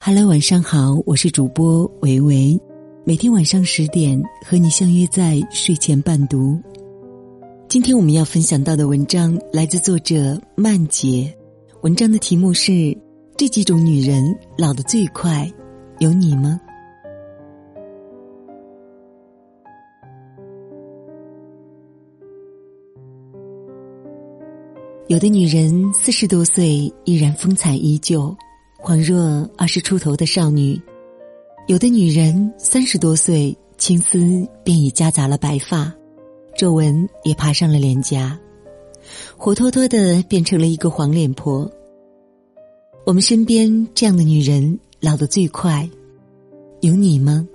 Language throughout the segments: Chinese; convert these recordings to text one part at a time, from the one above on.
Hello， 晚上好，我是主播维维，每天晚上10点和你相约在睡前伴读。今天我们要分享到的文章来自作者曼姐，文章的题目是这几种女人老得最快，有你吗？有的女人40多岁依然风采依旧，恍若20出头的少女；有的女人30多岁，青丝便已夹杂了白发，皱纹也爬上了脸颊，活脱脱地变成了一个黄脸婆。我们身边这样的女人老得最快，有你吗？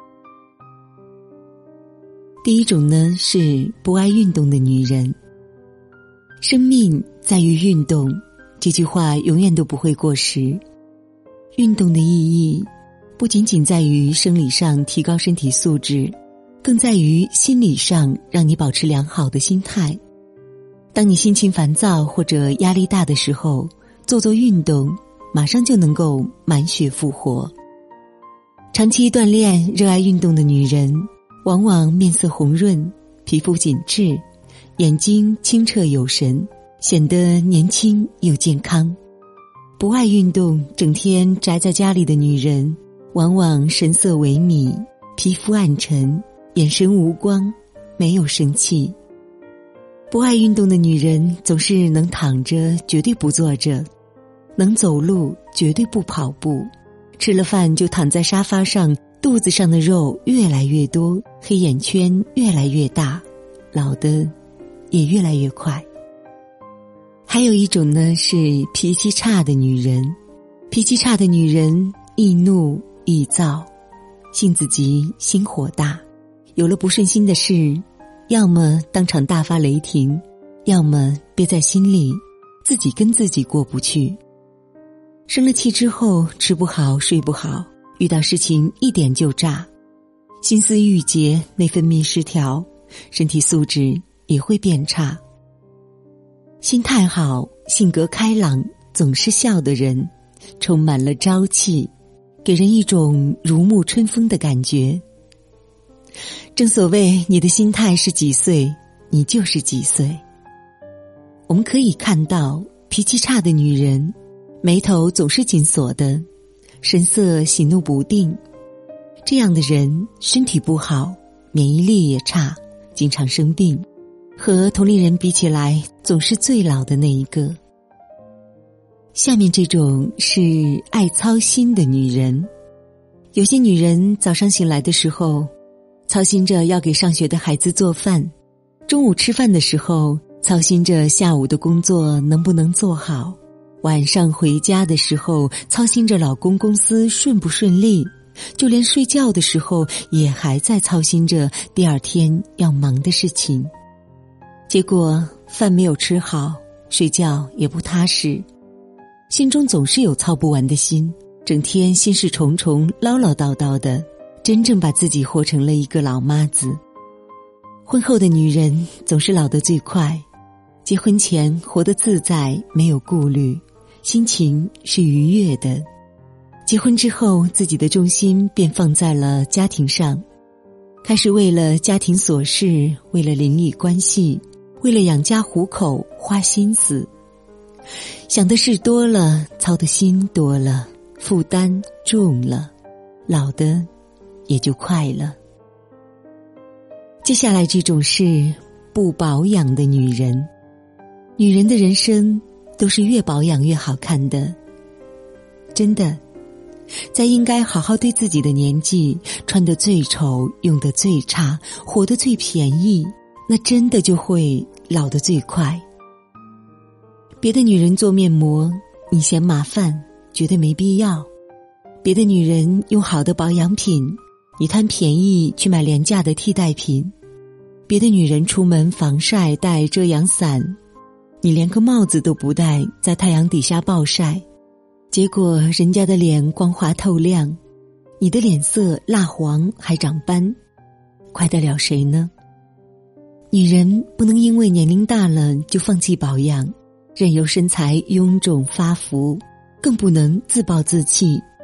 第一种呢，是不爱运动的女人。生命在于运动，这句话永远都不会过时。运动的意义不仅仅在于生理上提高身体素质，更在于心理上让你保持良好的心态。当你心情烦躁或者压力大的时候，做运动，马上就能够满血复活。长期锻炼、热爱运动的女人，往往面色红润，皮肤紧致，眼睛清澈有神，显得年轻又健康。不爱运动，整天宅在家里的女人，往往神色萎靡，皮肤暗沉，眼神无光，没有生气。不爱运动的女人总是能躺着，绝对不坐着；能走路，绝对不跑步；吃了饭就躺在沙发上，肚子上的肉越来越多，黑眼圈越来越大，老得也越来越快。还有一种呢，是脾气差的女人。脾气差的女人易怒易躁，性子急，心火大，有了不顺心的事，要么当场大发雷霆，要么憋在心里，自己跟自己过不去。生了气之后，吃不好睡不好，遇到事情一点就炸，心思郁结，内分泌失调，身体素质也会变差。心态好，性格开朗，总是笑的人，充满了朝气，给人一种如沐春风的感觉。正所谓，你的心态是几岁，你就是几岁。我们可以看到，脾气差的女人，眉头总是紧锁的，神色喜怒不定。这样的人身体不好，免疫力也差，经常生病，和同龄人比起来，总是最老的那一个。下面这种是爱操心的女人。有些女人早上醒来的时候，操心着要给上学的孩子做饭；中午吃饭的时候，操心着下午的工作能不能做好；晚上回家的时候，操心着老公公司顺不顺利；就连睡觉的时候，也还在操心着第二天要忙的事情。结果饭没有吃好，睡觉也不踏实，心中总是有操不完的心，整天心事重重，唠唠叨叨的，真正把自己活成了一个老妈子。婚后的女人总是老得最快，结婚前活得自在，没有顾虑，心情是愉悦的。结婚之后，自己的重心便放在了家庭上，开始为了家庭琐事，为了邻里关系，为了养家糊口花心思。想的事多了，操的心多了，负担重了，老的也就快了。接下来这种是不保养的女人。女人的人生都是越保养越好看的，真的。在应该好好对自己的年纪，穿得最丑，用得最差，活得最便宜，那真的就会老得最快。别的女人做面膜，你嫌麻烦，觉得没必要；别的女人用好的保养品，你贪便宜去买廉价的替代品；别的女人出门防晒带遮阳伞，你连个帽子都不戴，在太阳底下暴晒。结果人家的脸光滑透亮，你的脸色蜡黄还长斑，快得了谁呢？女人不能因为年龄大了就放弃保养，任由身材臃肿发福，更不能自暴自弃。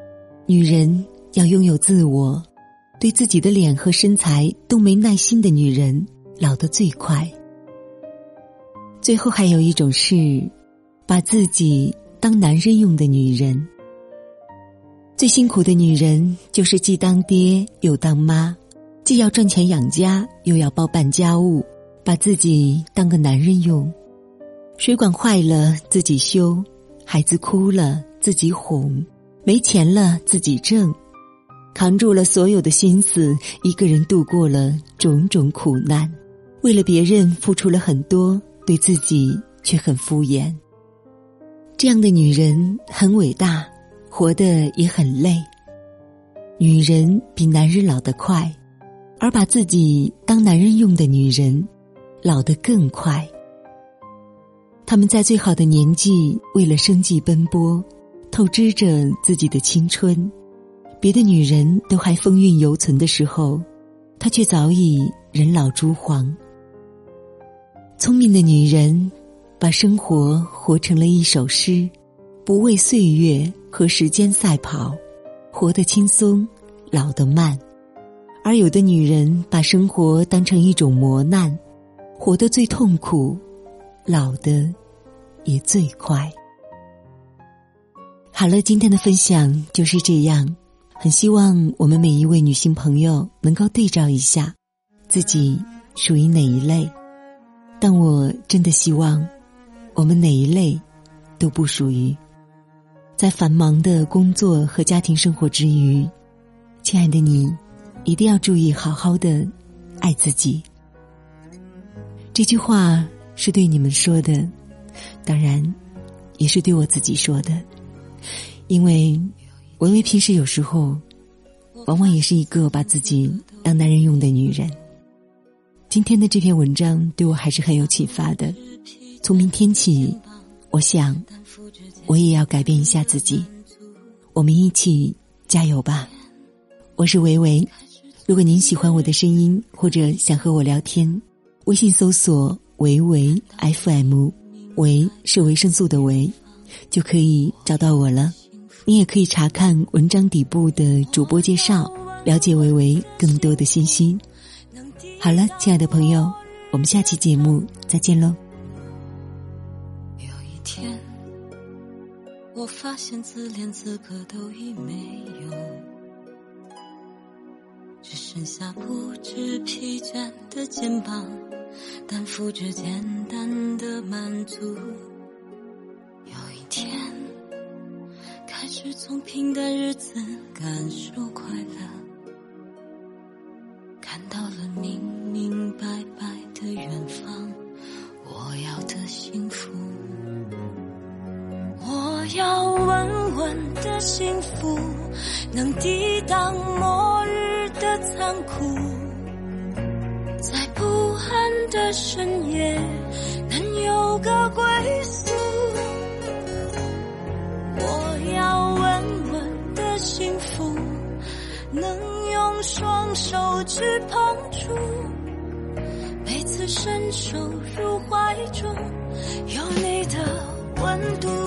女人要拥有自我，对自己的脸和身材都没耐心的女人老得最快。最后还有一种是把自己当男人用的女人。最辛苦的女人就是既当爹又当妈，既要赚钱养家又要包办家务，把自己当个男人用。水管坏了自己修，孩子哭了自己哄，没钱了自己挣，扛住了所有的心思，一个人度过了种种苦难，为了别人付出了很多，对自己却很敷衍。这样的女人很伟大，活得也很累。女人比男人老得快，而把自己当男人用的女人老得更快。她们在最好的年纪为了生计奔波，透支着自己的青春。别的女人都还风韵犹存的时候，她却早已人老珠黄。聪明的女人把生活活成了一首诗，不为岁月和时间赛跑，活得轻松，老得慢。而有的女人把生活当成一种磨难，活得最痛苦，老得也最快。好了，今天的分享就是这样。很希望我们每一位女性朋友能够对照一下自己属于哪一类，但我真的希望我们哪一类都不属于。在繁忙的工作和家庭生活之余，亲爱的你一定要注意好好的爱自己。这句话是对你们说的，当然也是对我自己说的，因为微微平时有时候往往也是一个把自己当男人用的女人。今天的这篇文章对我还是很有启发的。从明天起，我想我也要改变一下自己，我们一起加油吧。我是维维，如果您喜欢我的声音或者想和我聊天，微信搜索维维 FM， 维是维生素的维，就可以找到我了。你也可以查看文章底部的主播介绍，了解维维更多的信息。好了，亲爱的朋友，我们下期节目再见喽。 有一天，我发现自怜资格都已没有，只剩下不知疲倦的肩膀，担负着简单的满足。有一天，开始从平淡日子感受快乐，看到了明明白白的远方，我要的幸福。我要稳稳的幸福，能抵挡末日的残酷，在不安的深夜能有个归宿。我要稳稳的幸福，能用双手去碰触，每次伸手入怀中有你的温度。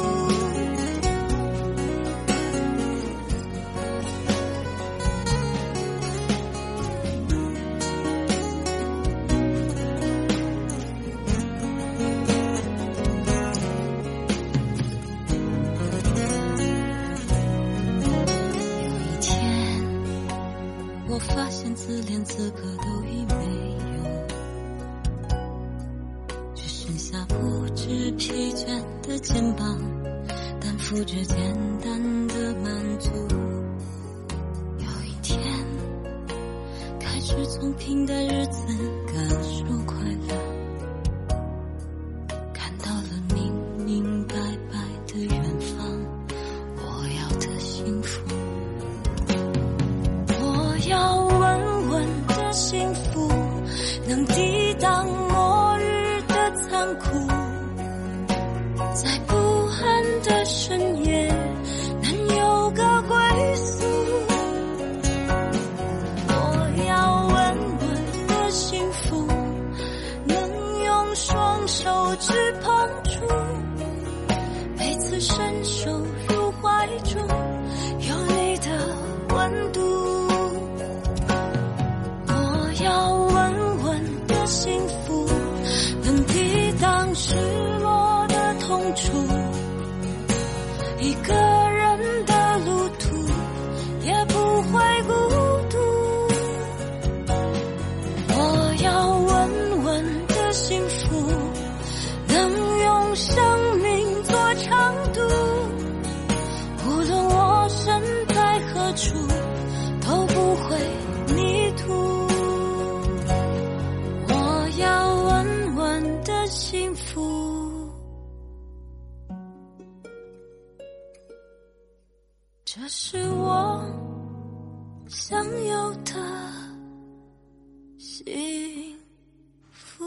我发现自怜资格都已没有，只剩下不知疲倦的肩膀，担负着简单的满足。有一天，开始从平淡日子感受快乐，看到了明明白白的远方，我要的幸福。要稳稳的幸福，能抵挡末日的残酷，在不安的深夜能有个归宿。我要稳稳的幸福，能用双手去碰触，每次伸手入怀中有你的想有的幸福。